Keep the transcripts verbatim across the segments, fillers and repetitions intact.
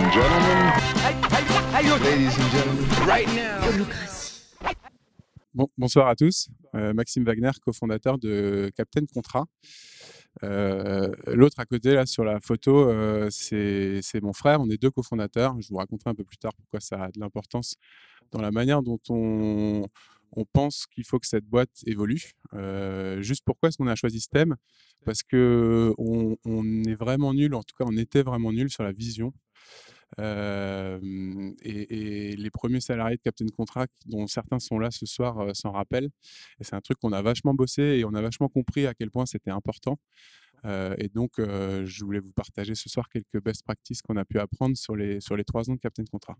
and gentlemen. Ladies and gentlemen, right now. Holocratie. Bon, bonsoir à tous. Euh, Maxime Wagner, cofondateur de Captain Contrat. Euh, L'autre à côté, là, sur la photo, euh, c'est c'est mon frère. On est deux cofondateurs. Je vous raconterai un peu plus tard pourquoi ça a de l'importance dans la manière dont on, on pense qu'il faut que cette boîte évolue. Euh, juste pourquoi est-ce qu'on a choisi ce thème? Parce qu'on on est vraiment nul, en tout cas on était vraiment nul sur la vision. Euh, et, et les premiers salariés de Captain Contract, dont certains sont là ce soir, euh, s'en rappellent. Et c'est un truc qu'on a vachement bossé et on a vachement compris à quel point c'était important. Euh, et donc, euh, je voulais vous partager ce soir quelques best practices qu'on a pu apprendre sur les, sur les trois ans de Captain Contract.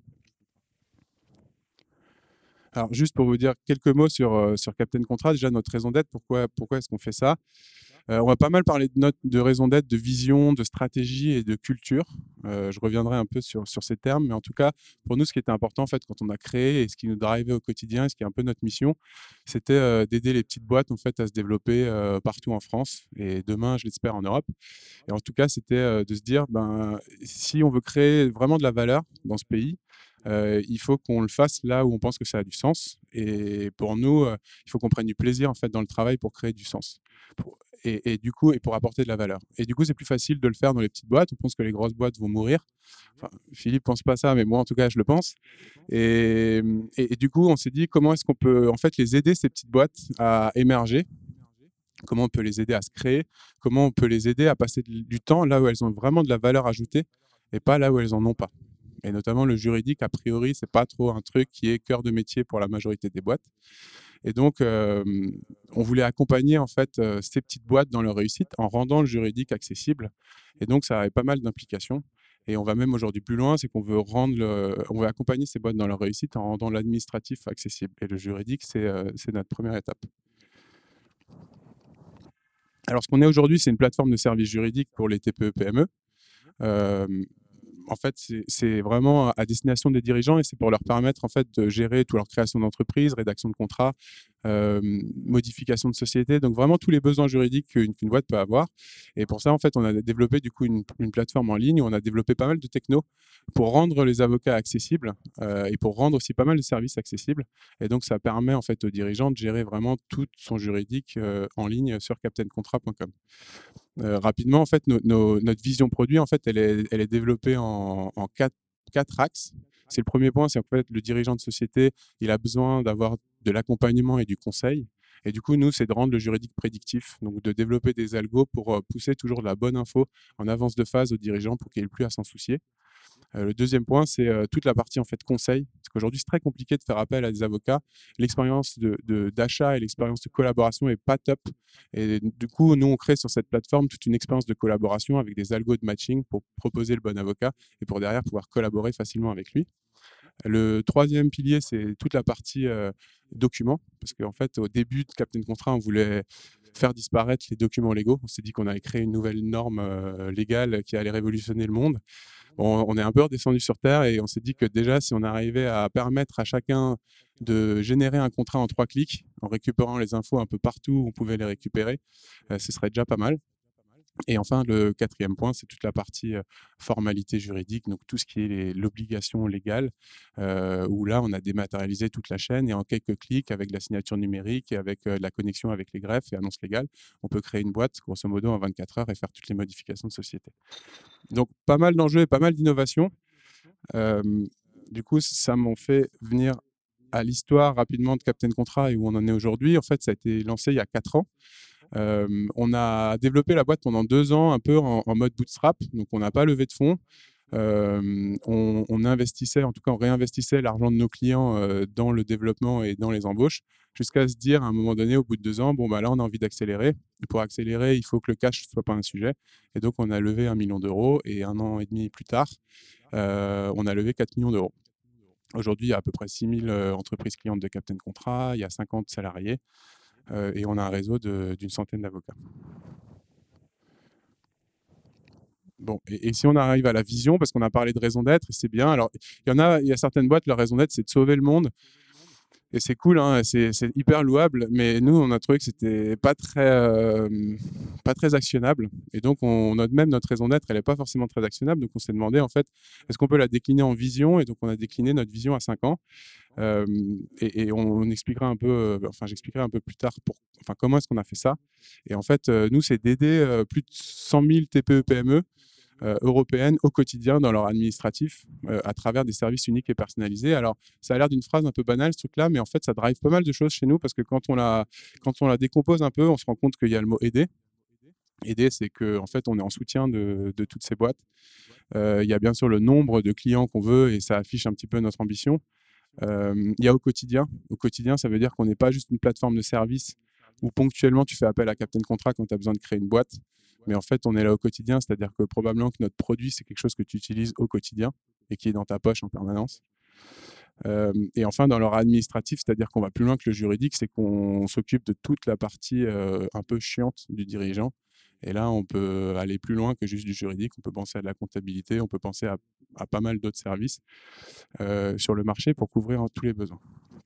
Alors, juste pour vous dire quelques mots sur, euh, sur Captain Contract, déjà notre raison d'être, pourquoi, pourquoi est-ce qu'on fait ça? Euh, on va pas mal parler de, notre, de raison d'être, de vision, de stratégie et de culture. Euh, je reviendrai un peu sur, sur ces termes, mais en tout cas, pour nous, ce qui était important en fait, quand on a créé et ce qui nous drivait au quotidien, et ce qui est un peu notre mission, c'était euh, d'aider les petites boîtes en fait, à se développer euh, partout en France et demain, je l'espère, en Europe. Et en tout cas, c'était euh, de se dire, ben, si on veut créer vraiment de la valeur dans ce pays, Euh, il faut qu'on le fasse là où on pense que ça a du sens. Et pour nous, euh, il faut qu'on prenne du plaisir en fait, dans le travail pour créer du sens. Pour, et, et du coup, et pour apporter de la valeur. Et du coup, c'est plus facile de le faire dans les petites boîtes. On pense que les grosses boîtes vont mourir. Enfin, Philippe pense pas ça, mais moi, en tout cas, je le pense. Et, et, et du coup, on s'est dit comment est-ce qu'on peut en fait les aider, ces petites boîtes, à émerger. Comment on peut les aider à se créer. Comment on peut les aider à passer du temps là où elles ont vraiment de la valeur ajoutée et pas là où elles en ont pas. Et notamment le juridique, a priori, c'est pas trop un truc qui est cœur de métier pour la majorité des boîtes. Et donc, euh, on voulait accompagner en fait euh, ces petites boîtes dans leur réussite en rendant le juridique accessible. Et donc, ça avait pas mal d'implications. Et on va même aujourd'hui plus loin, c'est qu'on veut rendre, le, on veut accompagner ces boîtes dans leur réussite en rendant l'administratif accessible. Et le juridique, c'est euh, c'est notre première étape. Alors, ce qu'on est aujourd'hui, c'est une plateforme de services juridiques pour les T P E P M E. Euh, En fait, c'est vraiment à destination des dirigeants et c'est pour leur permettre en fait, de gérer toute leur création d'entreprise, rédaction de contrats, euh, modification de société, donc vraiment tous les besoins juridiques qu'une qu'une boîte peut avoir. Et pour ça, en fait, on a développé du coup une, une plateforme en ligne où on a développé pas mal de techno pour rendre les avocats accessibles euh, et pour rendre aussi pas mal de services accessibles. Et donc, ça permet en fait aux dirigeants de gérer vraiment tout son juridique euh, en ligne sur captain contrat point com. Euh, rapidement, en fait, no, no, notre vision produit, en fait, elle est, elle est développée en, en quatre, quatre axes. C'est le premier point, c'est en fait le dirigeant de société, il a besoin d'avoir de l'accompagnement et du conseil. Et du coup, nous, c'est de rendre le juridique prédictif, donc de développer des algos pour euh, pousser toujours de la bonne info en avance de phase aux dirigeants pour qu'il n'ait plus à s'en soucier. Euh, le deuxième point, c'est euh, toute la partie en fait conseil, parce qu'aujourd'hui c'est très compliqué de faire appel à des avocats. L'expérience de, de, d'achat et l'expérience de collaboration est pas top. Et du coup, nous on crée sur cette plateforme toute une expérience de collaboration avec des algos de matching pour proposer le bon avocat et pour derrière pouvoir collaborer facilement avec lui. Le troisième pilier, c'est toute la partie euh, documents, parce qu'en fait, au début de Captain Contrat, on voulait faire disparaître les documents légaux. On s'est dit qu'on allait créer une nouvelle norme euh, légale qui allait révolutionner le monde. Bon, on est un peu redescendu sur Terre et on s'est dit que déjà, si on arrivait à permettre à chacun de générer un contrat en trois clics, en récupérant les infos un peu partout où on pouvait les récupérer, euh, ce serait déjà pas mal. Et enfin, le quatrième point, c'est toute la partie euh, formalité juridique, donc tout ce qui est l'obligation légale, euh, où là, on a dématérialisé toute la chaîne et en quelques clics, avec la signature numérique et avec euh, la connexion avec les greffes et annonces légales, on peut créer une boîte, grosso modo, en vingt-quatre heures et faire toutes les modifications de société. Donc, pas mal d'enjeux et pas mal d'innovations. Euh, du coup, ça m'en fait venir à l'histoire rapidement de Captain Contrat et où on en est aujourd'hui. En fait, ça a été lancé il y a quatre ans. Euh, on a développé la boîte pendant deux ans, un peu en, en mode bootstrap, donc on n'a pas levé de fonds. Euh, on, on investissait, en tout cas on réinvestissait l'argent de nos clients euh, dans le développement et dans les embauches, jusqu'à se dire à un moment donné, au bout de deux ans, bon bah là on a envie d'accélérer. Pour accélérer, il faut que le cash ne soit pas un sujet. Et donc on a levé un million d'euros et un an et demi plus tard, euh, on a levé quatre millions d'euros. Aujourd'hui, il y a à peu près six mille euh, entreprises clientes de Captain Contrat, il y a cinquante salariés. Euh, et on a un réseau d'une centaine d'avocats. Bon, et, et si on arrive à la vision, parce qu'on a parlé de raison d'être, c'est bien. Alors, il y en a, il y a certaines boîtes, leur raison d'être, c'est de sauver le monde. Et c'est cool, hein, c'est, c'est hyper louable, mais nous, on a trouvé que c'était pas très, euh, pas très actionnable. Et donc, on, notre, même notre raison d'être, elle n'est pas forcément très actionnable. Donc, on s'est demandé, en fait, est-ce qu'on peut la décliner en vision? Et donc, on a décliné notre vision à cinq ans. Euh, et, et on, on expliquera un peu, euh, enfin, j'expliquerai un peu plus tard pour, enfin, comment est-ce qu'on a fait ça. Et en fait, euh, nous, c'est d'aider euh, plus de cent mille T P E P M E Euh, européennes au quotidien dans leur administratif euh, à travers des services uniques et personnalisés. Alors, ça a l'air d'une phrase un peu banale, ce truc-là, mais en fait, ça drive pas mal de choses chez nous parce que quand on la, quand on la décompose un peu, on se rend compte qu'il y a le mot aider. Aider, c'est qu'en en fait, on est en soutien de, de toutes ces boîtes. Euh, il y a bien sûr le nombre de clients qu'on veut et ça affiche un petit peu notre ambition. Euh, il y a au quotidien. Au quotidien, ça veut dire qu'on n'est pas juste une plateforme de service où ponctuellement tu fais appel à Captain Contract quand tu as besoin de créer une boîte. Mais en fait, on est là au quotidien, c'est-à-dire que probablement que notre produit, c'est quelque chose que tu utilises au quotidien et qui est dans ta poche en permanence. Euh, et enfin, dans leur administratif, c'est-à-dire qu'on va plus loin que le juridique, c'est qu'on s'occupe de toute la partie euh, un peu chiante du dirigeant. Et là, on peut aller plus loin que juste du juridique. On peut penser à de la comptabilité, on peut penser à, à pas mal d'autres services euh, sur le marché pour couvrir tous les besoins.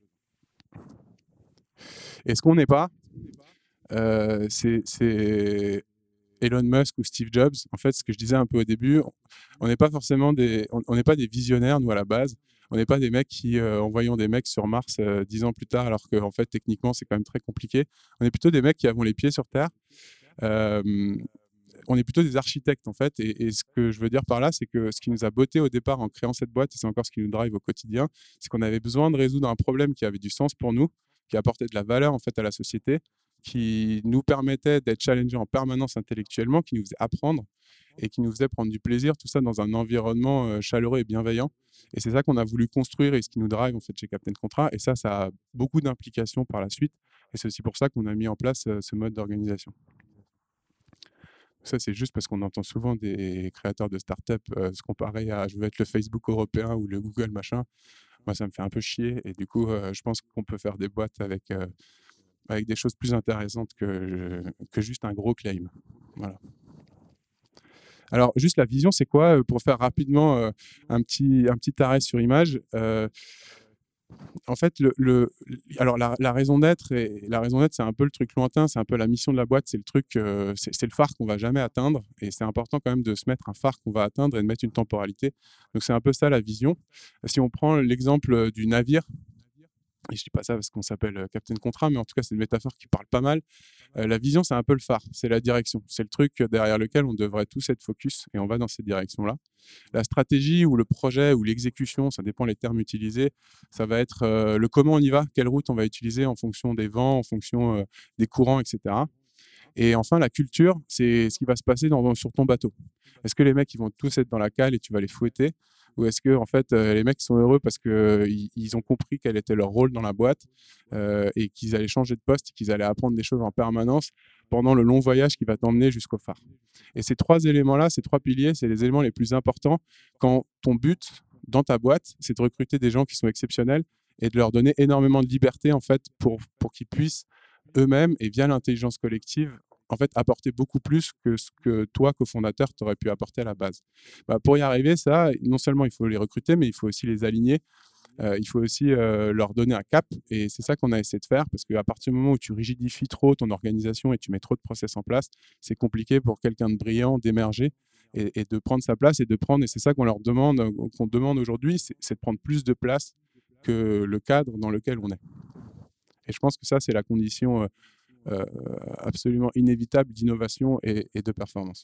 Et ce qu'on n'est pas, euh, c'est... c'est Elon Musk ou Steve Jobs. En fait, ce que je disais un peu au début, on n'est pas forcément des, on n'est pas des visionnaires, nous, à la base. On n'est pas des mecs qui euh, envoyons des mecs sur Mars euh, dix ans plus tard, alors qu'en en fait, techniquement, c'est quand même très compliqué. On est plutôt des mecs qui avons les pieds sur Terre. Euh, on est plutôt des architectes, en fait. Et, et ce que je veux dire par là, c'est que ce qui nous a botté au départ en créant cette boîte, et c'est encore ce qui nous drive au quotidien, c'est qu'on avait besoin de résoudre un problème qui avait du sens pour nous, qui apportait de la valeur, en fait, à la société, qui nous permettait d'être challengés en permanence intellectuellement, qui nous faisait apprendre et qui nous faisait prendre du plaisir, tout ça dans un environnement euh, chaleureux et bienveillant. Et c'est ça qu'on a voulu construire et ce qui nous drive en fait chez Captain Contract. Et ça, ça a beaucoup d'implications par la suite. Et c'est aussi pour ça qu'on a mis en place euh, ce mode d'organisation. Ça, c'est juste parce qu'on entend souvent des créateurs de start-up euh, se comparer à je veux être le Facebook européen ou le Google machin. Moi, ça me fait un peu chier. Et du coup, euh, je pense qu'on peut faire des boîtes avec... Euh, avec des choses plus intéressantes que, que juste un gros claim. Voilà. Alors, juste la vision, c'est quoi? Pour faire rapidement euh, un, petit, un petit arrêt sur image. Euh, en fait, le, le, alors la, la raison d'être, et la raison d'être, c'est un peu le truc lointain, c'est un peu la mission de la boîte, c'est le truc, euh, c'est, c'est le phare qu'on va jamais atteindre, et c'est important quand même de se mettre un phare qu'on va atteindre et de mettre une temporalité. Donc, c'est un peu ça la vision. Si on prend l'exemple du navire, et je dis pas ça parce qu'on s'appelle Captain Contract, mais en tout cas, c'est une métaphore qui parle pas mal. Euh, la vision, c'est un peu le phare, c'est la direction. C'est le truc derrière lequel on devrait tous être focus et on va dans cette direction-là. La stratégie ou le projet ou l'exécution, ça dépend les termes utilisés, ça va être euh, le comment on y va, quelle route on va utiliser en fonction des vents, en fonction euh, des courants, et cetera. Et enfin, la culture, c'est ce qui va se passer dans, sur ton bateau. Est-ce que les mecs ils vont tous être dans la cale et tu vas les fouetter? Ou est-ce que en fait, euh, les mecs sont heureux parce qu'ils euh, ils ont compris quel était leur rôle dans la boîte euh, et qu'ils allaient changer de poste et qu'ils allaient apprendre des choses en permanence pendant le long voyage qui va t'emmener jusqu'au phare. Et ces trois éléments-là, ces trois piliers, c'est les éléments les plus importants quand ton but dans ta boîte, c'est de recruter des gens qui sont exceptionnels et de leur donner énormément de liberté en fait pour, pour qu'ils puissent eux-mêmes et via l'intelligence collective en fait, apporter beaucoup plus que ce que toi, cofondateur, tu aurais pu apporter à la base. Bah, pour y arriver, ça, non seulement il faut les recruter, mais il faut aussi les aligner. Euh, il faut aussi euh, leur donner un cap. Et c'est ça qu'on a essayé de faire, parce qu'à partir du moment où tu rigidifies trop ton organisation et tu mets trop de process en place, c'est compliqué pour quelqu'un de brillant d'émerger et, et de prendre sa place et de prendre. Et c'est ça qu'on leur demande, qu'on demande aujourd'hui, c'est, c'est de prendre plus de place que le cadre dans lequel on est. Et je pense que ça, c'est la condition... Euh, Euh, absolument inévitable d'innovation et, et de performance.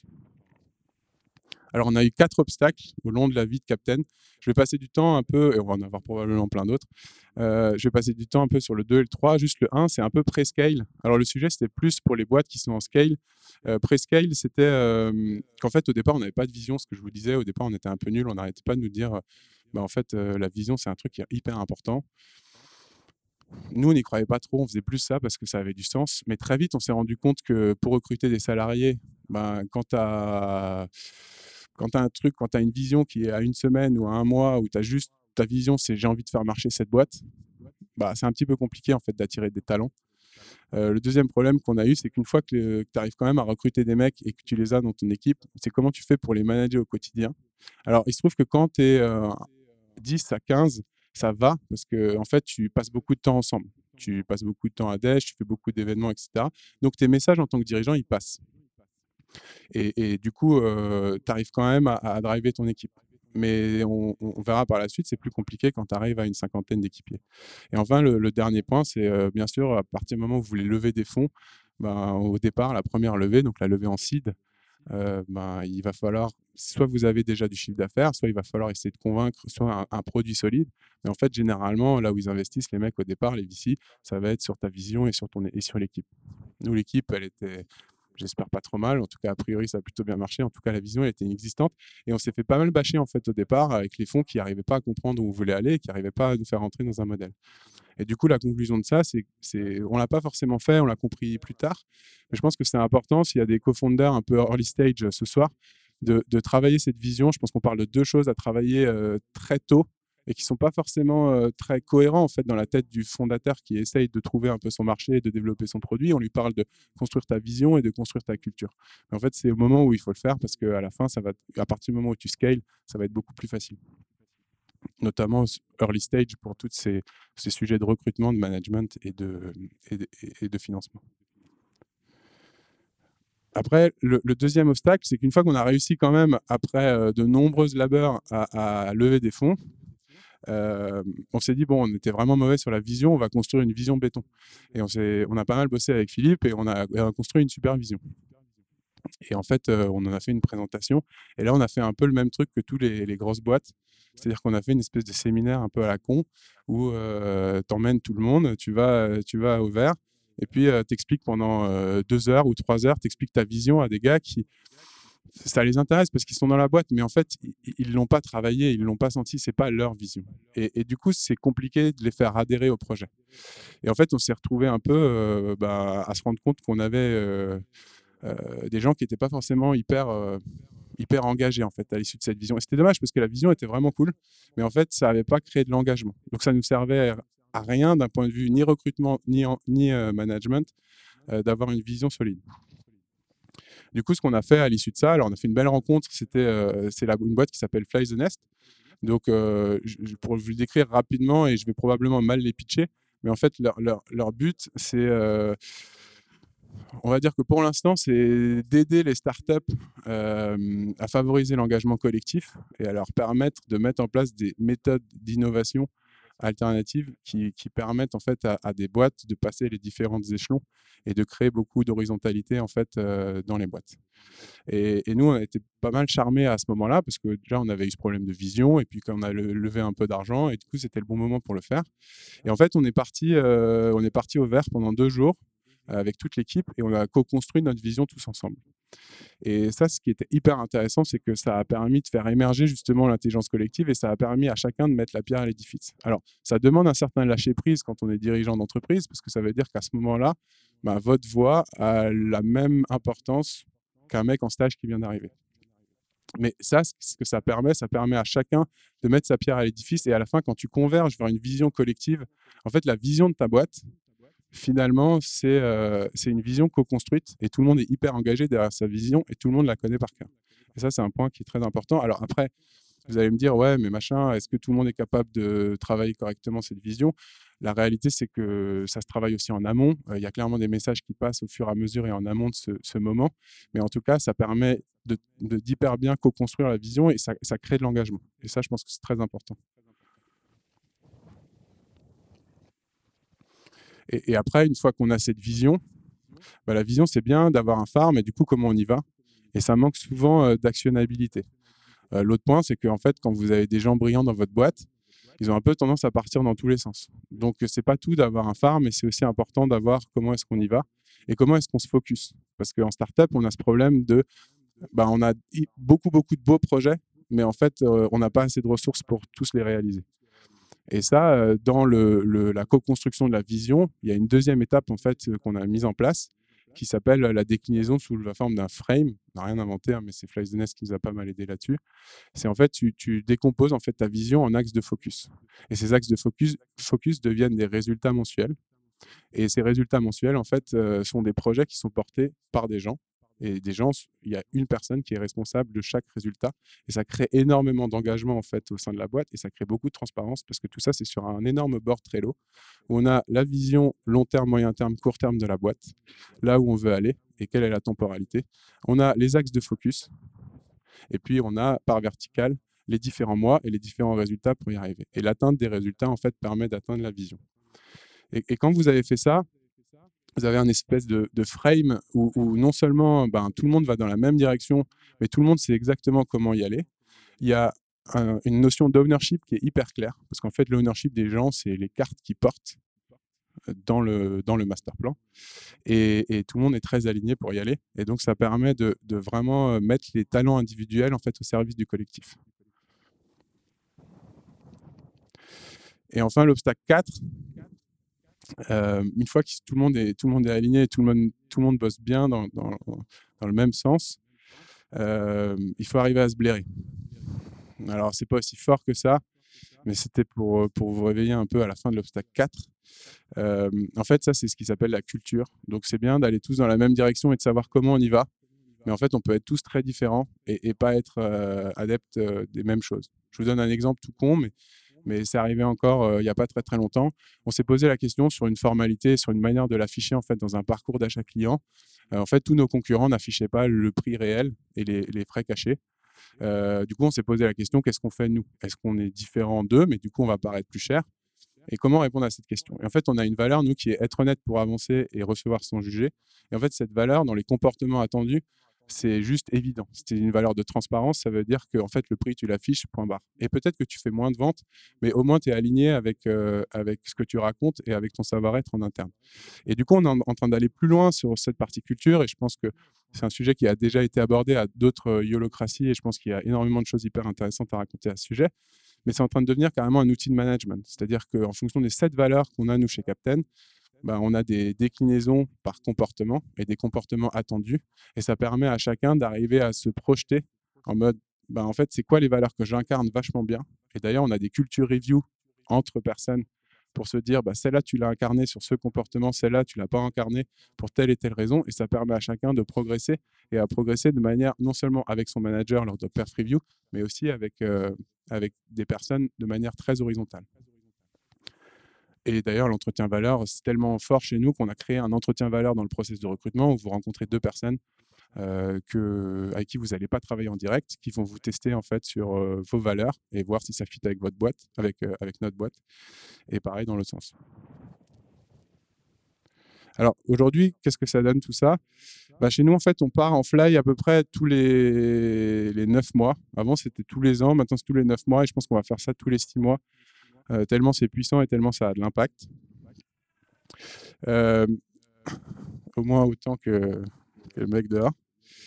Alors, on a eu quatre obstacles au long de la vie de Captain. Je vais passer du temps un peu, et on va en avoir probablement plein d'autres, euh, je vais passer du temps un peu sur le deux et le trois. Juste le un, c'est un peu pré-scale. Alors, le sujet, c'était plus pour les boîtes qui sont en scale. Euh, pré-scale, c'était euh, qu'en fait, au départ, on n'avait pas de vision, ce que je vous disais. Au départ, on était un peu nuls, on n'arrêtait pas de nous dire, bah, en fait, euh, la vision, c'est un truc qui est hyper important. Nous, on n'y croyait pas trop, on faisait plus ça parce que ça avait du sens. Mais très vite, on s'est rendu compte que pour recruter des salariés, ben, quand tu as quand tu as un truc, quand tu as une vision qui est à une semaine ou à un mois, où tu as juste ta vision, c'est j'ai envie de faire marcher cette boîte, bah, c'est un petit peu compliqué en fait d'attirer des talents. Euh, le deuxième problème qu'on a eu, c'est qu'une fois que, que tu arrives quand même à recruter des mecs et que tu les as dans ton équipe, c'est comment tu fais pour les manager au quotidien. Alors, il se trouve que quand tu es euh, dix à quinze, ça va parce que en fait, tu passes beaucoup de temps ensemble. Tu passes beaucoup de temps à déj, tu fais beaucoup d'événements, et cetera. Donc, tes messages en tant que dirigeant, ils passent. Et, et du coup, euh, tu arrives quand même à, à driver ton équipe. Mais on, on verra par la suite, c'est plus compliqué quand tu arrives à une cinquantaine d'équipiers. Et enfin, le, le dernier point, c'est euh, bien sûr, à partir du moment où vous voulez lever des fonds, ben, au départ, la première levée, donc la levée en seed, euh, ben, il va falloir, soit vous avez déjà du chiffre d'affaires, soit il va falloir essayer de convaincre, soit un, un produit solide. Mais en fait, généralement, là où ils investissent, les mecs, au départ, les V C, ça va être sur ta vision et sur, ton, et sur l'équipe. Nous, l'équipe, elle était, j'espère pas trop mal. En tout cas, a priori, ça a plutôt bien marché. En tout cas, la vision, elle était inexistante. Et on s'est fait pas mal bâcher, en fait, au départ, avec les fonds qui n'arrivaient pas à comprendre où on voulait aller et qui n'arrivaient pas à nous faire rentrer dans un modèle. Et du coup, la conclusion de ça, c'est qu'on ne l'a pas forcément fait, on l'a compris plus tard. Mais je pense que c'est important, s'il y a des co-founders un peu early stage euh, ce soir, de, de travailler cette vision. Je pense qu'on parle de deux choses à travailler euh, très tôt et qui ne sont pas forcément euh, très cohérents en fait, dans la tête du fondateur qui essaye de trouver un peu son marché et de développer son produit. On lui parle de construire ta vision et de construire ta culture. Mais en fait, c'est au moment où il faut le faire parce qu'à la fin, ça va, à partir du moment où tu scales, ça va être beaucoup plus facile. Notamment early stage pour tous ces, ces sujets de recrutement, de management et de, et de, et de financement. Après, le, le deuxième obstacle, c'est qu'une fois qu'on a réussi quand même, après euh, de nombreuses labeurs, à, à lever des fonds, euh, on s'est dit, bon, on était vraiment mauvais sur la vision, on va construire une vision béton. Et on, on a pas mal bossé avec Philippe et on a, on a construit une super vision. Et en fait, euh, on en a fait une présentation. Et là, on a fait un peu le même truc que tous les, les grosses boîtes. C'est-à-dire qu'on a fait une espèce de séminaire un peu à la con où euh, tu emmènes tout le monde, tu vas, tu vas au vert et puis euh, tu expliques pendant euh, deux heures ou trois heures, tu expliques ta vision à des gars qui, ça les intéresse parce qu'ils sont dans la boîte, mais en fait, ils ne l'ont pas travaillé, ils ne l'ont pas senti, ce n'est pas leur vision. Et, et du coup, c'est compliqué de les faire adhérer au projet. Et en fait, on s'est retrouvé un peu euh, bah, à se rendre compte qu'on avait euh, euh, des gens qui n'étaient pas forcément hyper... Euh, hyper engagé en fait à l'issue de cette vision. Et c'était dommage parce que la vision était vraiment cool, mais en fait, ça n'avait pas créé de l'engagement. Donc, ça nous servait à rien d'un point de vue ni recrutement ni, en, ni euh, management euh, d'avoir une vision solide. Du coup, ce qu'on a fait à l'issue de ça, alors on a fait une belle rencontre. C'était euh, c'est une boîte qui s'appelle Fly the Nest. Donc, euh, je, pour vous le décrire rapidement, et je vais probablement mal les pitcher, mais en fait, leur, leur, leur but, c'est euh, on va dire que pour l'instant, c'est d'aider les startups euh, à favoriser l'engagement collectif et à leur permettre de mettre en place des méthodes d'innovation alternatives qui, qui permettent en fait à, à des boîtes de passer les différents échelons et de créer beaucoup d'horizontalité en fait euh, dans les boîtes. Et, et nous, on a été pas mal charmés à ce moment-là parce que déjà, on avait eu ce problème de vision et puis quand on a le, levé un peu d'argent et du coup, c'était le bon moment pour le faire. Et en fait, on est parti, euh, on est parti au vert pendant deux jours avec toute l'équipe et on a co-construit notre vision tous ensemble. Et ça, ce qui était hyper intéressant, c'est que ça a permis de faire émerger justement l'intelligence collective et ça a permis à chacun de mettre la pierre à l'édifice. Alors, ça demande un certain lâcher-prise quand on est dirigeant d'entreprise parce que ça veut dire qu'à ce moment-là, bah, votre voix a la même importance qu'un mec en stage qui vient d'arriver. Mais ça, ce que ça permet, ça permet à chacun de mettre sa pierre à l'édifice et à la fin, quand tu converges vers une vision collective, en fait, la vision de ta boîte, finalement, c'est euh, une vision co-construite et tout le monde est hyper engagé derrière sa vision et tout le monde la connaît par cœur. Et ça, c'est un point qui est très important. Alors après, vous allez me dire, ouais, mais machin, est-ce que tout le monde est capable de travailler correctement cette vision? La réalité, c'est que ça se travaille aussi en amont. Il y a clairement des messages qui passent au fur et à mesure et en amont de ce, ce moment. Mais en tout cas, ça permet de, de, d'hyper bien co-construire la vision et ça, ça crée de l'engagement. Et ça, je pense que c'est très important. Et, et après, une fois qu'on a cette vision, bah, la vision, c'est bien d'avoir un phare, mais du coup, comment on y va? Et ça manque souvent euh, d'actionnabilité. Euh, L'autre point, c'est qu'en fait, quand vous avez des gens brillants dans votre boîte, ils ont un peu tendance à partir dans tous les sens. Donc, c'est pas tout d'avoir un phare, mais c'est aussi important d'avoir comment est-ce qu'on y va et comment est-ce qu'on se focus. Parce qu'en startup, on a ce problème de, bah, on a beaucoup, beaucoup de beaux projets, mais en fait, euh, on n'a pas assez de ressources pour tous les réaliser. Et ça, dans le, le, la co-construction de la vision, il y a une deuxième étape en fait qu'on a mise en place qui s'appelle la déclinaison sous la forme d'un frame. On n'a rien inventé, hein, mais c'est Fly the Nest qui nous a pas mal aidé là-dessus. C'est en fait, tu, tu décomposes en fait ta vision en axes de focus. Et ces axes de focus, focus deviennent des résultats mensuels. Et ces résultats mensuels, en fait, euh, sont des projets qui sont portés par des gens Et des gens, il y a une personne qui est responsable de chaque résultat. Et ça crée énormément d'engagement en fait au sein de la boîte et ça crée beaucoup de transparence parce que tout ça, c'est sur un énorme board Trello où on a la vision long terme, moyen terme, court terme de la boîte, là où on veut aller et quelle est la temporalité. On a les axes de focus et puis on a par verticale les différents mois et les différents résultats pour y arriver. Et l'atteinte des résultats en fait permet d'atteindre la vision. Et, et quand vous avez fait ça, vous avez un espèce de, de frame où, où non seulement ben, tout le monde va dans la même direction, mais tout le monde sait exactement comment y aller. Il y a un, une notion d'ownership qui est hyper claire, parce qu'en fait, l'ownership des gens, c'est les cartes qu'ils portent dans le, dans le master plan. Et, et tout le monde est très aligné pour y aller. Et donc, ça permet de, de vraiment mettre les talents individuels en fait, au service du collectif. Et enfin, l'obstacle quatre, Euh, une fois que tout le monde est, tout le monde est aligné, tout le monde, tout le monde bosse bien dans, dans, dans le même sens, euh, il faut arriver à se blairer. Alors, c'est pas aussi fort que ça, mais c'était pour, pour vous réveiller un peu à la fin de l'obstacle quatre. Euh, en fait, ça, c'est ce qui s'appelle la culture. Donc, c'est bien d'aller tous dans la même direction et de savoir comment on y va. Mais en fait, on peut être tous très différents et, et pas être euh, adeptes euh, des mêmes choses. Je vous donne un exemple tout con, mais mais c'est arrivé encore euh, il n'y a pas très très longtemps. On s'est posé la question sur une formalité, sur une manière de l'afficher en fait dans un parcours d'achat client. Euh, en fait, tous nos concurrents n'affichaient pas le prix réel et les, les frais cachés. Euh, du coup, on s'est posé la question, qu'est-ce qu'on fait nous? Est-ce qu'on est différent d'eux, mais du coup, on va paraître plus cher? Et comment répondre à cette question? Et en fait, on a une valeur, nous, qui est être honnête pour avancer et recevoir sans juger. Et en fait, cette valeur, dans les comportements attendus, c'est juste évident. C'est une valeur de transparence. Ça veut dire que en fait, le prix, tu l'affiches, point barre. Et peut-être que tu fais moins de ventes, mais au moins, tu es aligné avec, euh, avec ce que tu racontes et avec ton savoir-être en interne. Et du coup, on est en, en train d'aller plus loin sur cette partie culture. Et je pense que c'est un sujet qui a déjà été abordé à d'autres YOLOcraties. Et je pense qu'il y a énormément de choses hyper intéressantes à raconter à ce sujet. Mais c'est en train de devenir carrément un outil de management. C'est-à-dire qu'en fonction des sept valeurs qu'on a, nous, chez Captain, ben, on a des déclinaisons par comportement et des comportements attendus. Et ça permet à chacun d'arriver à se projeter en mode, ben, en fait, c'est quoi les valeurs que j'incarne vachement bien. Et d'ailleurs, on a des culture reviews entre personnes pour se dire, ben, celle-là, tu l'as incarnée sur ce comportement, celle-là, tu ne l'as pas incarnée pour telle et telle raison. Et ça permet à chacun de progresser et à progresser de manière non seulement avec son manager lors de perf review, mais aussi avec, euh, avec des personnes de manière très horizontale. Et d'ailleurs, l'entretien valeur, c'est tellement fort chez nous qu'on a créé un entretien valeur dans le processus de recrutement où vous rencontrez deux personnes euh, que, avec qui vous n'allez pas travailler en direct, qui vont vous tester en fait sur euh, vos valeurs et voir si ça fit avec votre boîte, avec, euh, avec notre boîte. Et pareil dans l'autre sens. Alors aujourd'hui, qu'est-ce que ça donne tout ça? Bah, chez nous, en fait, on part en fly à peu près tous les, les neuf mois. Avant, c'était tous les ans. Maintenant, c'est tous les neuf mois. Et je pense qu'on va faire ça tous les six mois. Euh, tellement c'est puissant et tellement ça a de l'impact. Euh, au moins autant que, que le mec dehors.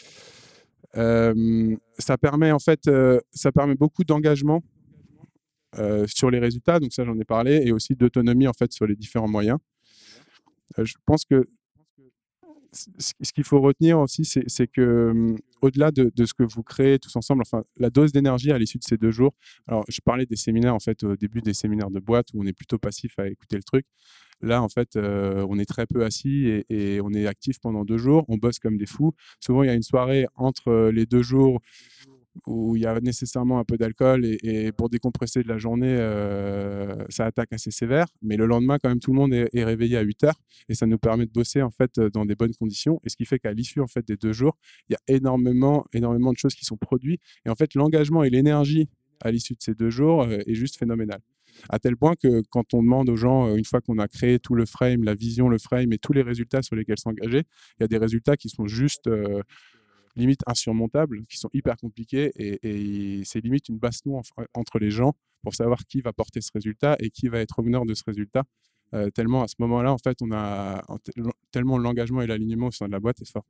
Euh, ça permet en fait, euh, ça permet beaucoup d'engagement euh, sur les résultats. Donc ça, j'en ai parlé, et aussi d'autonomie en fait sur les différents moyens. Euh, je pense que ce qu'il faut retenir aussi, c'est, c'est que um, au-delà de, de ce que vous créez tous ensemble, enfin, la dose d'énergie à l'issue de ces deux jours. Alors, je parlais des séminaires en fait au début des séminaires de boîte où on est plutôt passif à écouter le truc. Là, en fait, euh, on est très peu assis et, et on est actif pendant deux jours. On bosse comme des fous. Souvent, il y a une soirée entre les deux jours où il y a nécessairement un peu d'alcool et, et pour décompresser de la journée, euh, ça attaque assez sévère. Mais le lendemain, quand même, tout le monde est, est réveillé à huit heures et ça nous permet de bosser en fait dans des bonnes conditions. Et ce qui fait qu'à l'issue en fait des deux jours, il y a énormément, énormément de choses qui sont produites. Et en fait, l'engagement et l'énergie à l'issue de ces deux jours euh, est juste phénoménal. À tel point que quand on demande aux gens, une fois qu'on a créé tout le frame, la vision, le frame et tous les résultats sur lesquels s'engager, il y a des résultats qui sont juste euh, limite insurmontables, qui sont hyper compliqués et, et c'est limite une baston entre les gens pour savoir qui va porter ce résultat et qui va être honneur de ce résultat. Euh, tellement à ce moment-là, en fait, on a tellement l'engagement et l'alignement au sein de la boîte est fort.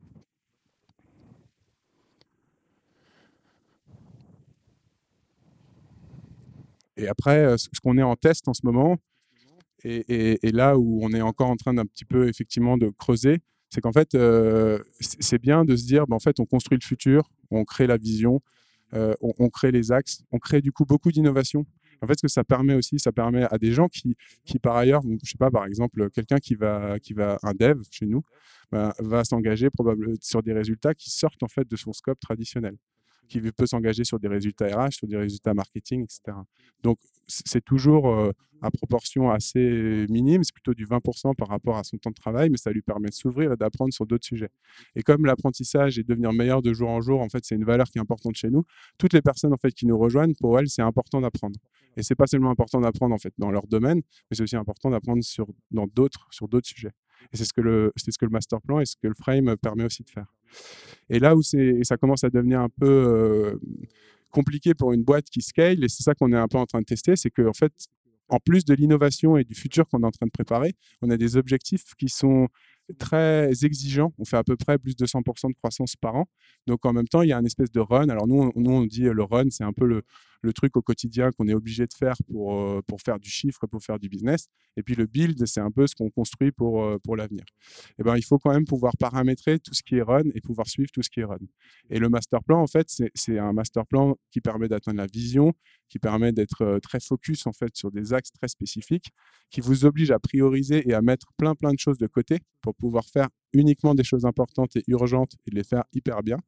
Et après, ce qu'on est en test en ce moment, et, et, et là où on est encore en train d'un petit peu effectivement de creuser, c'est qu'en fait, euh, c'est bien de se dire, ben, en fait, on construit le futur, on crée la vision, euh, on, on crée les axes, on crée du coup beaucoup d'innovation. En fait, ce que ça permet aussi, ça permet à des gens qui, qui par ailleurs, je sais pas, par exemple, quelqu'un qui va, qui va, un dev chez nous, bah, va s'engager probablement sur des résultats qui sortent en fait de son scope traditionnel, qui peut s'engager sur des résultats R H, sur des résultats marketing, et cetera. Donc, c'est toujours euh, à proportion assez minime, c'est plutôt du vingt pour cent par rapport à son temps de travail, mais ça lui permet de s'ouvrir et d'apprendre sur d'autres sujets. Et comme l'apprentissage et devenir meilleur de jour en jour, en fait, c'est une valeur qui est importante chez nous, toutes les personnes en fait, qui nous rejoignent, pour elles, c'est important d'apprendre. Et c'est pas seulement important d'apprendre en fait, dans leur domaine, mais c'est aussi important d'apprendre sur, dans d'autres, sur d'autres sujets. Et c'est ce, que le, c'est ce que le master plan et ce que le frame permet aussi de faire. Et là où c'est, ça commence à devenir un peu euh, compliqué pour une boîte qui scale, et c'est ça qu'on est un peu en train de tester, c'est qu'en fait, en plus de l'innovation et du futur qu'on est en train de préparer, on a des objectifs qui sont très exigeants. On fait à peu près plus de cent pour cent de croissance par an. Donc, en même temps, il y a une espèce de run. Alors, nous, on, nous, on dit le run, c'est un peu le, le truc au quotidien qu'on est obligé de faire pour, euh, pour faire du chiffre, pour faire du business. Et puis, le build, c'est un peu ce qu'on construit pour, euh, pour l'avenir. Et ben, il faut quand même pouvoir paramétrer tout ce qui est run et pouvoir suivre tout ce qui est run. Et le master plan, en fait, c'est, c'est un master plan qui permet d'atteindre la vision, qui permet d'être euh, très focus, en fait, sur des axes très spécifiques, qui vous oblige à prioriser et à mettre plein, plein de choses de côté pour pouvoir faire uniquement des choses importantes et urgentes et de les faire hyper bien.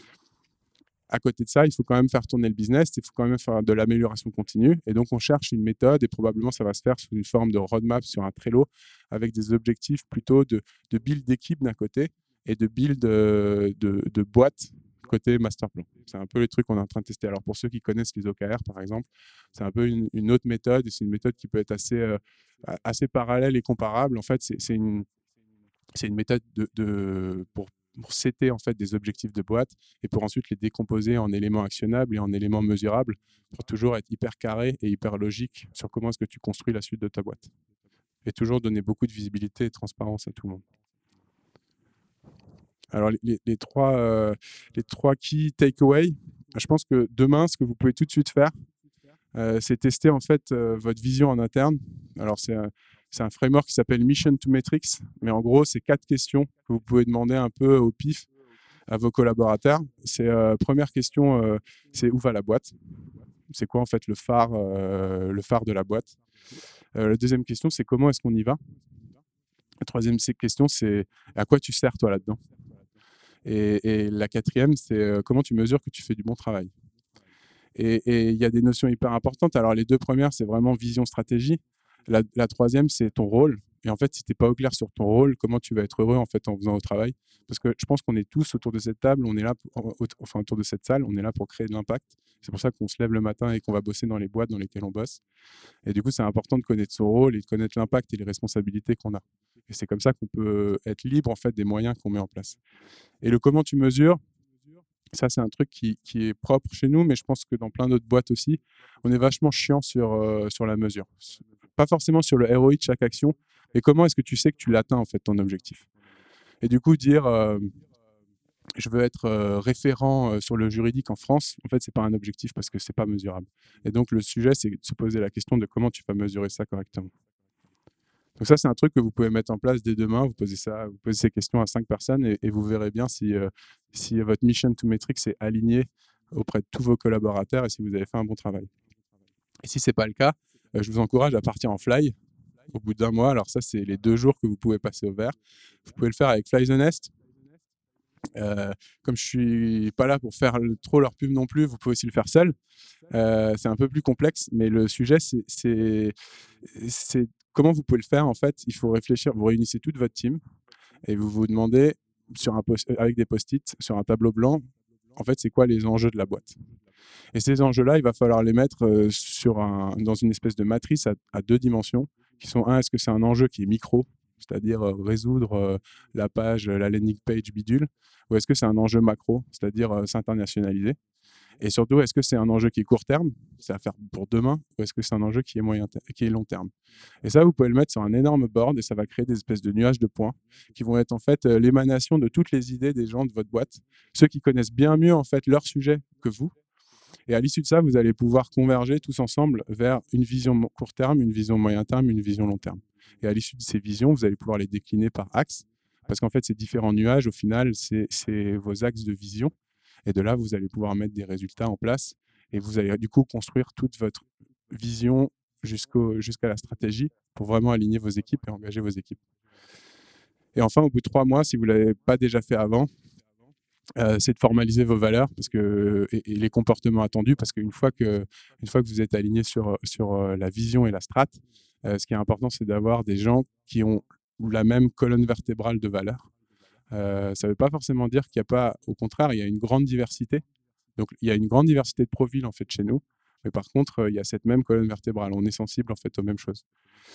À côté de ça, il faut quand même faire tourner le business, il faut quand même faire de l'amélioration continue. Et donc, on cherche une méthode et probablement, ça va se faire sous une forme de roadmap sur un Trello avec des objectifs plutôt de, de build d'équipe d'un côté et de build de, de, de boîte côté master plan. C'est un peu les trucs qu'on est en train de tester. Alors, pour ceux qui connaissent les O K R, par exemple, c'est un peu une, une autre méthode et c'est une méthode qui peut être assez, euh, assez parallèle et comparable. En fait, c'est, c'est, une, c'est une méthode de, de, pour pour setter en fait des objectifs de boîte et pour ensuite les décomposer en éléments actionnables et en éléments mesurables pour toujours être hyper carré et hyper logique sur comment est-ce que tu construis la suite de ta boîte. Et toujours donner beaucoup de visibilité et de transparence à tout le monde. Alors, les, les, trois, euh, les trois key takeaways, je pense que demain, ce que vous pouvez tout de suite faire, euh, c'est tester en fait euh, votre vision en interne. Alors, c'est euh, C'est un framework qui s'appelle Mission to Metrics, mais en gros, c'est quatre questions que vous pouvez demander un peu au pif à vos collaborateurs. C'est euh, première question, euh, c'est où va la boîte? C'est quoi en fait le phare, euh, le phare de la boîte? euh, La deuxième question, c'est comment est-ce qu'on y va? La troisième question, c'est à quoi tu sers toi là-dedans? Et, et la quatrième, c'est euh, comment tu mesures que tu fais du bon travail? Et il y a des notions hyper importantes. Alors les deux premières, c'est vraiment vision, stratégie. La, la troisième, c'est ton rôle. Et en fait, si tu n'es pas au clair sur ton rôle, comment tu vas être heureux en fait en faisant au travail? Parce que je pense qu'on est tous autour de cette table, on est là, pour, enfin autour de cette salle, on est là pour créer de l'impact. C'est pour ça qu'on se lève le matin et qu'on va bosser dans les boîtes dans lesquelles on bosse. Et du coup, c'est important de connaître son rôle et de connaître l'impact et les responsabilités qu'on a. Et c'est comme ça qu'on peut être libre en fait des moyens qu'on met en place. Et le comment tu mesures, ça, c'est un truc qui, qui est propre chez nous, mais je pense que dans plein d'autres boîtes aussi, on est vachement chiant sur, euh, sur la mesure. Pas forcément sur le R O I de chaque action, mais comment est-ce que tu sais que tu l'atteins, en fait, ton objectif? Et du coup, dire euh, je veux être euh, référent euh, sur le juridique en France, en fait, c'est pas un objectif parce que c'est pas mesurable. Et donc, le sujet, c'est de se poser la question de comment tu vas mesurer ça correctement. Donc ça, c'est un truc que vous pouvez mettre en place dès demain. Vous posez, ça, vous posez ces questions à cinq personnes et, et vous verrez bien si, euh, si votre mission to metrics est alignée auprès de tous vos collaborateurs et si vous avez fait un bon travail. Et si ce n'est pas le cas, euh, je vous encourage à partir en fly au bout d'un mois. Alors ça, c'est les deux jours que vous pouvez passer au vert. Vous pouvez le faire avec Fly the Nest. Euh, comme je suis pas là pour faire le, trop leur pub non plus, vous pouvez aussi le faire seul. Euh, c'est un peu plus complexe, mais le sujet, c'est, c'est, c'est comment vous pouvez le faire. En fait, il faut réfléchir. Vous réunissez toute votre team et vous vous demandez sur un post, avec des post-it sur un tableau blanc, en fait, c'est quoi les enjeux de la boîte. Et ces enjeux-là, il va falloir les mettre euh, sur un, dans une espèce de matrice à, à deux dimensions, qui sont un, est-ce que c'est un enjeu qui est micro, c'est-à-dire euh, résoudre euh, la page, la landing page bidule, ou est-ce que c'est un enjeu macro, c'est-à-dire euh, s'internationaliser? Et surtout, est-ce que c'est un enjeu qui est court terme, c'est à faire pour demain, ou est-ce que c'est un enjeu qui est, moyen qui est long terme? Et ça, vous pouvez le mettre sur un énorme board et ça va créer des espèces de nuages de points qui vont être en fait euh, l'émanation de toutes les idées des gens de votre boîte, ceux qui connaissent bien mieux en fait leur sujet que vous. Et à l'issue de ça, vous allez pouvoir converger tous ensemble vers une vision court terme, une vision moyen terme, une vision long terme. Et à l'issue de ces visions, vous allez pouvoir les décliner par axe, parce qu'en fait, ces différents nuages, au final, c'est, c'est vos axes de vision. Et de là, vous allez pouvoir mettre des résultats en place et vous allez du coup construire toute votre vision jusqu'au, jusqu'à la stratégie pour vraiment aligner vos équipes et engager vos équipes. Et enfin, au bout de trois mois, si vous ne l'avez pas déjà fait avant, euh, c'est de formaliser vos valeurs parce que, et, et les comportements attendus, parce qu'une fois que, une fois que vous êtes aligné sur, sur la vision et la strat, euh, ce qui est important, c'est d'avoir des gens qui ont la même colonne vertébrale de valeurs. Euh, ça ne veut pas forcément dire qu'il n'y a pas, au contraire, il y a une grande diversité. Donc, il y a une grande diversité de profils en fait chez nous, mais par contre, il y a cette même colonne vertébrale. On est sensible en fait aux mêmes choses.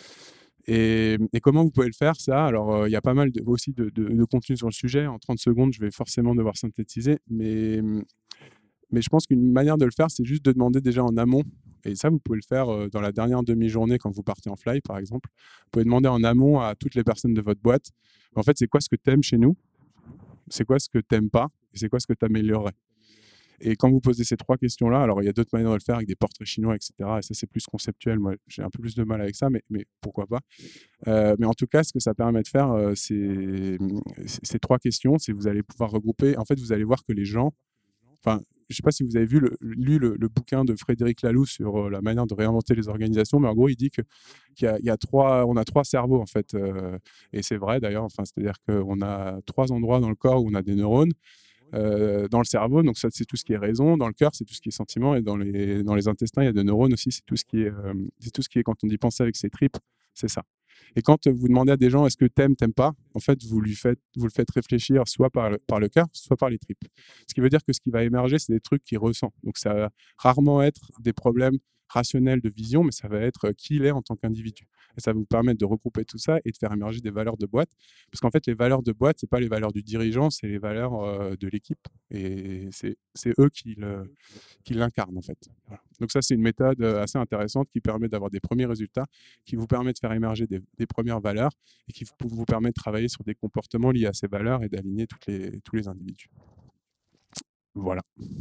Et, et comment vous pouvez le faire, ça? Alors, euh, il y a pas mal de, aussi de, de, de contenu sur le sujet. En trente secondes, je vais forcément devoir synthétiser, mais, mais je pense qu'une manière de le faire, c'est juste de demander déjà en amont. Et ça, vous pouvez le faire euh, dans la dernière demi-journée quand vous partez en fly, par exemple. Vous pouvez demander en amont à toutes les personnes de votre boîte, en fait, c'est quoi ce que tu aimes chez nous? C'est quoi ce que tu n'aimes pas? Et c'est quoi ce que tu améliorerais? Et quand vous posez ces trois questions-là, alors il y a d'autres manières de le faire avec des portraits chinois, et cetera. Et ça, c'est plus conceptuel. Moi, j'ai un peu plus de mal avec ça, mais, mais pourquoi pas. Euh, mais en tout cas, ce que ça permet de faire, euh, c'est ces trois questions. C'est vous allez pouvoir regrouper. En fait, vous allez voir que les gens. Enfin, je ne sais pas si vous avez vu le, lu le, le bouquin de Frédéric Laloux sur euh, la manière de réinventer les organisations, mais en gros, il dit que qu'il y a, il y a trois, on a trois cerveaux en fait, euh, et c'est vrai d'ailleurs. Enfin, c'est-à-dire qu'on a trois endroits dans le corps où on a des neurones. Euh, dans le cerveau, donc ça c'est tout ce qui est raison, dans le cœur c'est tout ce qui est sentiment, et dans les, dans les intestins il y a des neurones aussi, c'est tout ce qui est, euh, c'est tout ce qui est, quand on dit penser avec ses tripes, c'est ça. Et quand vous demandez à des gens est-ce que t'aimes, t'aimes pas, en fait vous, lui faites, vous le faites réfléchir soit par le, par le cœur, soit par les tripes. Ce qui veut dire que ce qui va émerger c'est des trucs qu'il ressent. Donc ça va rarement être des problèmes rationnels de vision, mais ça va être qui il est en tant qu'individu. Et ça va vous permettre de regrouper tout ça et de faire émerger des valeurs de boîte. Parce qu'en fait, les valeurs de boîte, ce n'est pas les valeurs du dirigeant, c'est les valeurs euh, de l'équipe. Et c'est, c'est eux qui, le, qui l'incarnent, en fait. Voilà. Donc ça, c'est une méthode assez intéressante qui permet d'avoir des premiers résultats, qui vous permet de faire émerger des, des premières valeurs et qui vous, vous permet de travailler sur des comportements liés à ces valeurs et d'aligner toutes les, tous les individus. Voilà.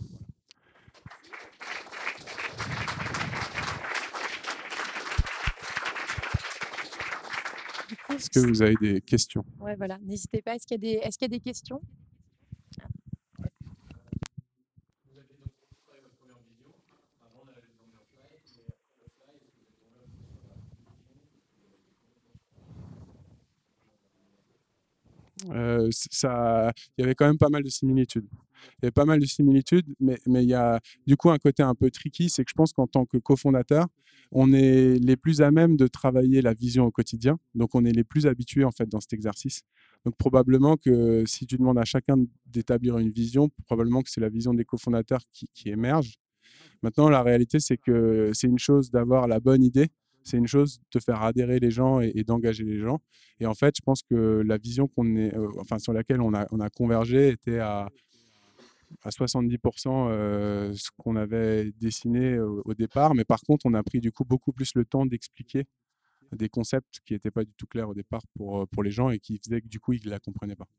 Est-ce que vous avez des questions? Ouais, voilà. N'hésitez pas. Est-ce qu'il y a des, est-ce qu'il y a des questions? Euh, ça, il y avait quand même pas mal de similitudes. Il y avait pas mal de similitudes, mais, mais il y a du coup un côté un peu tricky, c'est que je pense qu'en tant que cofondateur, on est les plus à même de travailler la vision au quotidien. Donc, on est les plus habitués en fait dans cet exercice. Donc, probablement que si tu demandes à chacun d'établir une vision, probablement que c'est la vision des cofondateurs qui, qui émerge. Maintenant, la réalité, c'est que c'est une chose d'avoir la bonne idée. C'est une chose de faire adhérer les gens et, et d'engager les gens. Et en fait, je pense que la vision qu'on est, euh, enfin, sur laquelle on a, on a convergé était à, à soixante-dix pour cent euh, ce qu'on avait dessiné au, au départ. Mais par contre, on a pris du coup beaucoup plus le temps d'expliquer des concepts qui n'étaient pas du tout clairs au départ pour, pour les gens et qui faisaient que du coup, ils ne la comprenaient pas.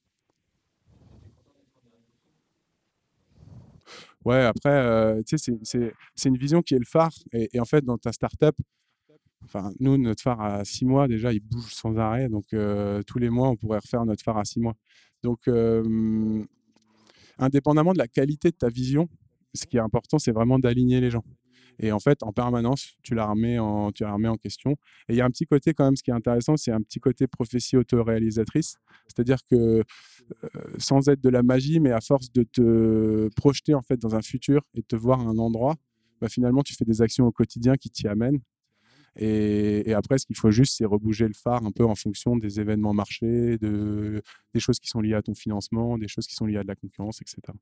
Ouais, après, euh, tu sais, c'est une vision qui est le phare. Et, et en fait, dans ta startup, enfin, nous, notre phare à six mois, déjà, il bouge sans arrêt. Donc, euh, tous les mois, on pourrait refaire notre phare à six mois. Donc, euh, indépendamment de la qualité de ta vision, ce qui est important, c'est vraiment d'aligner les gens. Et en fait, en permanence, tu la remets en, tu la remets en question. Et il y a un petit côté quand même, ce qui est intéressant, c'est un petit côté prophétie autoréalisatrice. C'est-à-dire que euh, sans être de la magie, mais à force de te projeter en fait dans un futur et de te voir à un endroit, bah, finalement, tu fais des actions au quotidien qui t'y amènent. Et, et après, ce qu'il faut juste, c'est rebouger le phare un peu en fonction des événements marchés, de, des choses qui sont liées à ton financement, des choses qui sont liées à de la concurrence, et cetera.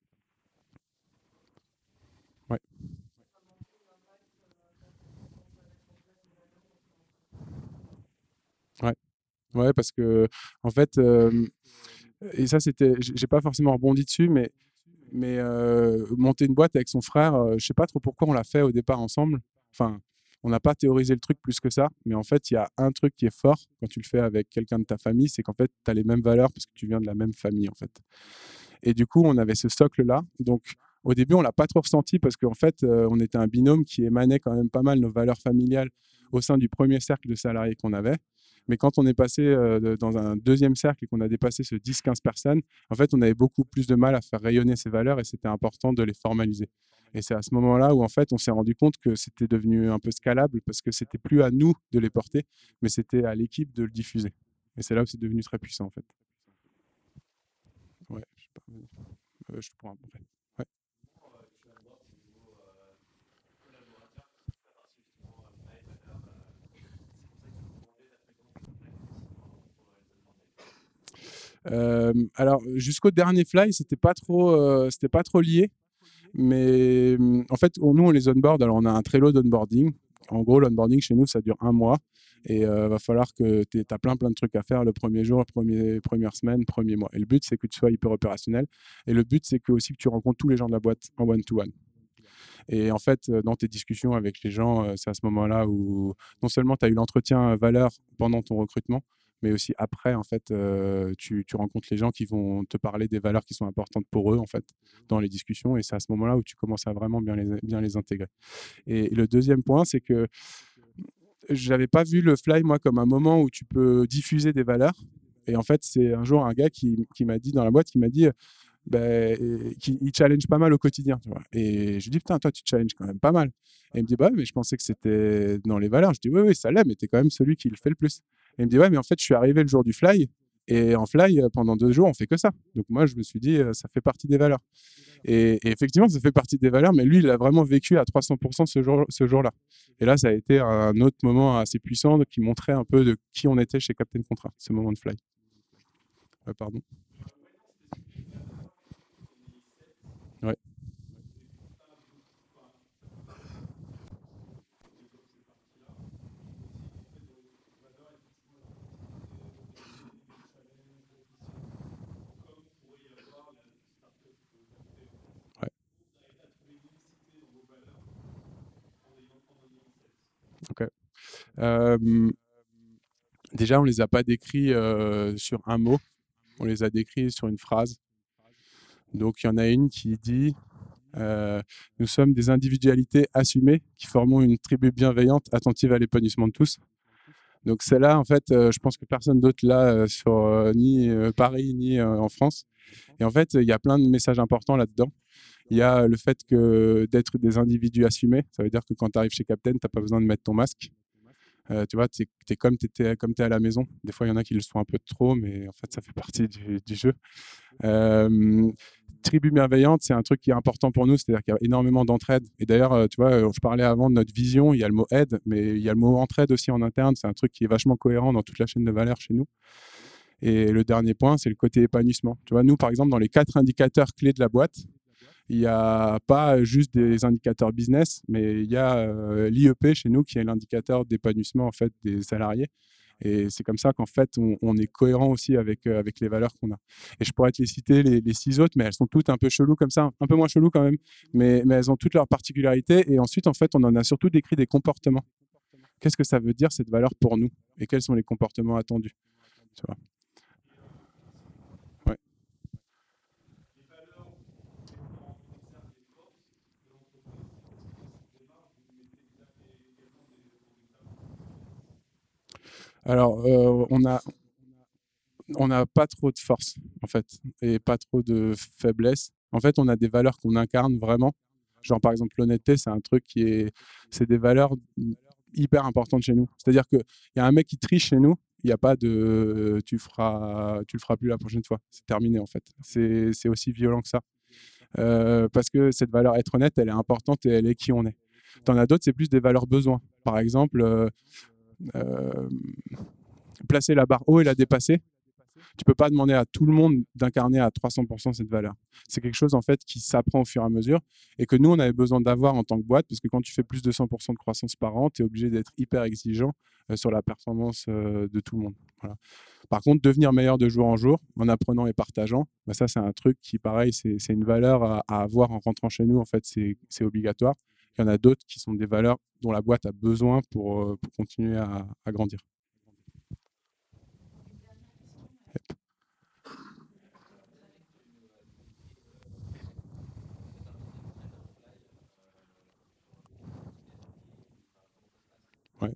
Ouais. Ouais. Ouais, parce que, en fait, euh, et ça, c'était, j'ai pas forcément rebondi dessus, mais, mais euh, monter une boîte avec son frère, euh, je sais pas trop pourquoi on l'a fait au départ ensemble. Enfin, on n'a pas théorisé le truc plus que ça, mais en fait, il y a un truc qui est fort quand tu le fais avec quelqu'un de ta famille, c'est qu'en fait, tu as les mêmes valeurs parce que tu viens de la même famille, en fait. Et du coup, on avait ce socle-là. Donc, au début, on ne l'a pas trop ressenti parce qu'en fait, euh, on était un binôme qui émanait quand même pas mal nos valeurs familiales au sein du premier cercle de salariés qu'on avait. Mais quand on est passé euh, dans un deuxième cercle et qu'on a dépassé ce dix quinze personnes, en fait, on avait beaucoup plus de mal à faire rayonner ces valeurs et c'était important de les formaliser. Et c'est à ce moment-là où en fait on s'est rendu compte que c'était devenu un peu scalable parce que c'était plus à nous de les porter, mais c'était à l'équipe de le diffuser. Et c'est là où c'est devenu très puissant en fait. Ouais, je sais pas. Euh, je prends un peu. Ouais. Euh, alors jusqu'au dernier fly, c'était pas trop, euh, c'était pas trop lié. Mais en fait, on- nous, on les onboard. Alors, on a un Trello d'onboarding. En gros, l'onboarding chez nous, ça dure un mois. Et il euh, va falloir que tu as plein, plein de trucs à faire le premier jour, la premier, première semaine, premier mois. Et le but, c'est que tu sois hyper opérationnel. Et le but, c'est que, aussi que tu rencontres tous les gens de la boîte en one-to-one. Et en fait, euh, dans tes discussions avec les gens, euh, c'est à ce moment-là où non seulement tu as eu l'entretien valeur pendant ton recrutement, mais aussi après, en fait, euh, tu, tu rencontres les gens qui vont te parler des valeurs qui sont importantes pour eux, en fait, dans les discussions. Et c'est à ce moment-là où tu commences à vraiment bien les, bien les intégrer. Et le deuxième point, c'est que j'avais pas vu le fly, moi, comme un moment où tu peux diffuser des valeurs. Et en fait, c'est un jour un gars qui, qui m'a dit dans la boîte, qui m'a dit, ben, qui il challenge pas mal au quotidien. Tu vois. Et je lui dis, putain, toi, tu challenges quand même pas mal. Et il me dit, bah, mais je pensais que c'était dans les valeurs. Je dis, oui, oui, ça l'est, mais tu es quand même celui qui le fait le plus. Et il me dit, ouais, mais en fait, je suis arrivé le jour du fly. Et en fly, pendant deux jours, on fait que ça. Donc moi, je me suis dit, ça fait partie des valeurs. Et, et effectivement, ça fait partie des valeurs, mais lui, il a vraiment vécu à trois cents pour cent ce, jour, ce jour-là. Et là, ça a été un autre moment assez puissant qui montrait un peu de qui on était chez Captain Contract, ce moment de fly. Ouais, pardon. Ouais. Ouais. Ok. Euh, déjà, on les a pas décrits euh, sur un mot, on les a décrits sur une phrase. Donc, il y en a une qui dit euh, nous sommes des individualités assumées qui formons une tribu bienveillante, attentive à l'épanouissement de tous. Donc, celle-là, en fait, euh, je pense que personne d'autre l'a euh, sur euh, ni euh, Paris ni euh, en France. Et en fait, il y a plein de messages importants là-dedans. Il y a le fait que d'être des individus assumés, ça veut dire que quand tu arrives chez Captain, tu n'as pas besoin de mettre ton masque. Euh, tu vois, tu es comme tu es, es à la maison. Des fois, il y en a qui le sont un peu trop, mais en fait, ça fait partie du, du jeu. Euh, tribu bienveillante, c'est un truc qui est important pour nous, c'est-à-dire qu'il y a énormément d'entraide. Et d'ailleurs, euh, tu vois, je parlais avant de notre vision, il y a le mot aide, mais il y a le mot entraide aussi en interne. C'est un truc qui est vachement cohérent dans toute la chaîne de valeur chez nous. Et le dernier point, c'est le côté épanouissement. Tu vois, nous, par exemple, dans les quatre indicateurs clés de la boîte, il n'y a pas juste des indicateurs business, mais il y a euh, l'I E P chez nous qui est l'indicateur d'épanouissement en fait, des salariés. Et c'est comme ça qu'en fait, on, on est cohérent aussi avec, euh, avec les valeurs qu'on a. Et je pourrais te les citer, les, les six autres, mais elles sont toutes un peu cheloues comme ça, un peu moins cheloues quand même, mais, mais elles ont toutes leurs particularités. Et ensuite, en fait, on en a surtout décrit des comportements. Qu'est-ce que ça veut dire, cette valeur pour nous? Et quels sont les comportements attendus? Tu vois. Ouais. Alors, euh, on a, on n'a pas trop de force, en fait, et pas trop de faiblesse. En fait, on a des valeurs qu'on incarne vraiment. Genre, par exemple, l'honnêteté, c'est un truc qui est. C'est des valeurs hyper importantes chez nous. C'est-à-dire qu'il y a un mec qui triche chez nous, il n'y a pas de tu feras, tu le feras plus la prochaine fois. C'est terminé, en fait. C'est, c'est aussi violent que ça. Euh, parce que cette valeur être honnête, elle est importante et elle est qui on est. T'en as d'autres, c'est plus des valeurs besoins. Par exemple, euh, euh, placer la barre haut et la dépasser. Tu peux pas demander à tout le monde d'incarner à trois cents pour cent cette valeur. C'est quelque chose en fait qui s'apprend au fur et à mesure et que nous on avait besoin d'avoir en tant que boîte parce que quand tu fais plus de cent pour cent de croissance par an, tu es obligé d'être hyper exigeant euh, sur la performance euh, de tout le monde. Voilà. Par contre, devenir meilleur de jour en jour en apprenant et partageant, bah ça c'est un truc qui pareil, c'est, c'est une valeur à, à avoir en rentrant chez nous. En fait, c'est, c'est obligatoire. Il y en a d'autres qui sont des valeurs dont la boîte a besoin pour, euh, pour continuer à, à grandir. Yep. Ouais.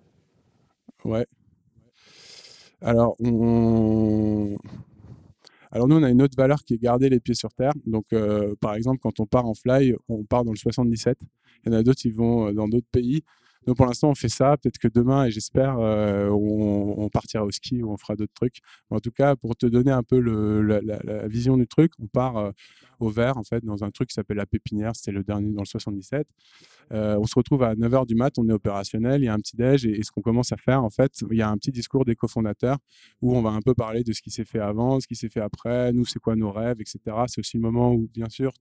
Ouais. Alors, on... Alors nous, on a une autre valeur qui est garder les pieds sur terre. Donc, euh, par exemple, quand on part en fly, on part dans le soixante-dix-sept. Il y en a d'autres qui vont dans d'autres pays. Donc, pour l'instant, on fait ça. Peut-être que demain, et j'espère, euh, on, on partira au ski ou on fera d'autres trucs. Mais en tout cas, pour te donner un peu le, la, la, la vision du truc, on part euh, au vert, en fait, dans un truc qui s'appelle la Pépinière. C'était le dernier dans le soixante-dix-sept. Euh, on se retrouve à neuf heures du mat, on est opérationnel, il y a un petit déj, et, et ce qu'on commence à faire, en fait, il y a un petit discours des cofondateurs où on va un peu parler de ce qui s'est fait avant, ce qui s'est fait après, nous, c'est quoi nos rêves, et cetera. C'est aussi le moment où, bien sûr,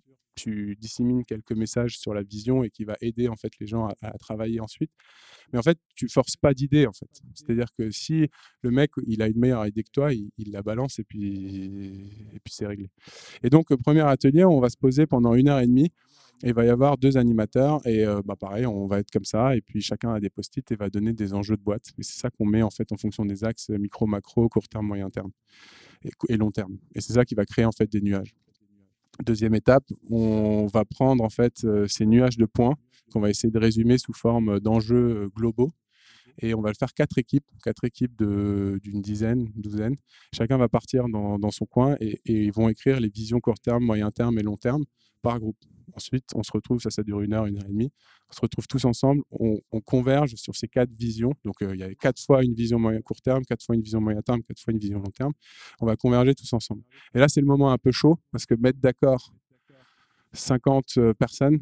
tu dissémines quelques messages sur la vision et qui va aider en fait les gens à, à travailler ensuite. Mais en fait, tu forces pas d'idée en fait. C'est-à-dire que si le mec il a une meilleure idée que toi, il, il la balance et puis et puis c'est réglé. Et donc au premier atelier, on va se poser pendant une heure et demie. Et il va y avoir deux animateurs et euh, bah pareil, on va être comme ça et puis chacun a des post-it et va donner des enjeux de boîte. Et c'est ça qu'on met en fait en fonction des axes micro, macro, court terme, moyen terme et, et long terme. Et c'est ça qui va créer en fait des nuages. Deuxième étape, on va prendre en fait euh, ces nuages de points qu'on va essayer de résumer sous forme d'enjeux globaux et on va le faire quatre équipes, quatre équipes de, d'une dizaine, douzaine. Chacun va partir dans, dans son coin et, et ils vont écrire les visions court terme, moyen terme et long terme par groupe. Ensuite, on se retrouve, ça, ça dure une heure, une heure et demie. On se retrouve tous ensemble, on, on converge sur ces quatre visions. Donc, euh, il y a quatre fois une vision moyen court terme, quatre fois une vision moyen terme, quatre fois une vision long terme. On va converger tous ensemble. Et là, c'est le moment un peu chaud parce que mettre d'accord cinquante personnes,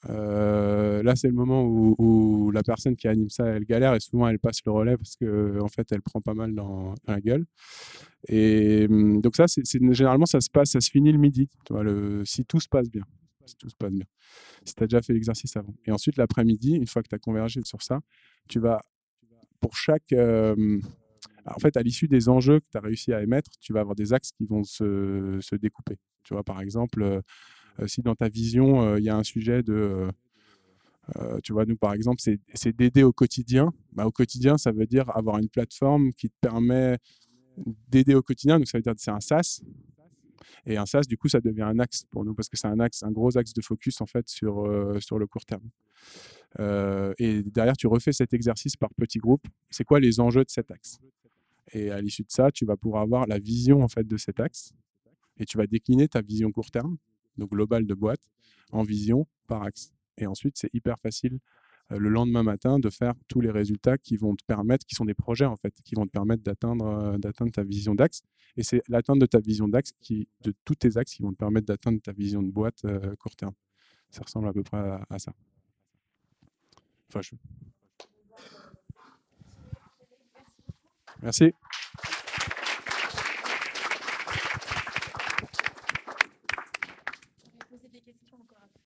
euh, là, c'est le moment où, où la personne qui anime ça, elle galère et souvent, elle passe le relais parce qu'en en fait, elle prend pas mal dans la gueule. Et donc ça, c'est, c'est, généralement, ça se passe, ça se finit le midi, tu vois, le, si tout se passe bien. Si tout se passe bien. Si tu as déjà fait l'exercice avant. Et ensuite, l'après-midi, une fois que tu as convergé sur ça, tu vas, pour chaque... Euh, en fait, à l'issue des enjeux que tu as réussi à émettre, tu vas avoir des axes qui vont se, se découper. Tu vois, par exemple, euh, si dans ta vision, il euh, y a un sujet de... Euh, tu vois, nous, par exemple, c'est, c'est d'aider au quotidien. Bah, au quotidien, ça veut dire avoir une plateforme qui te permet d'aider au quotidien. Donc, ça veut dire que c'est un SaaS. Et un SaaS, du coup, ça devient un axe pour nous parce que c'est un axe, un gros axe de focus en fait sur, euh, sur le court terme. Euh, et derrière, tu refais cet exercice par petits groupes. C'est quoi les enjeux de cet axe? Et à l'issue de ça, tu vas pouvoir avoir la vision en fait de cet axe et tu vas décliner ta vision court terme, donc globale de boîte, en vision par axe. Et ensuite, c'est hyper facile euh, le lendemain matin de faire tous les résultats qui vont te permettre, qui sont des projets en fait, qui vont te permettre d'atteindre, euh, d'atteindre ta vision d'axe. Et c'est l'atteinte de ta vision d'axe, qui, de tous tes axes, qui vont te permettre d'atteindre ta vision de boîte euh, court terme. Ça ressemble à peu près à, à ça. Enfin, je... Merci.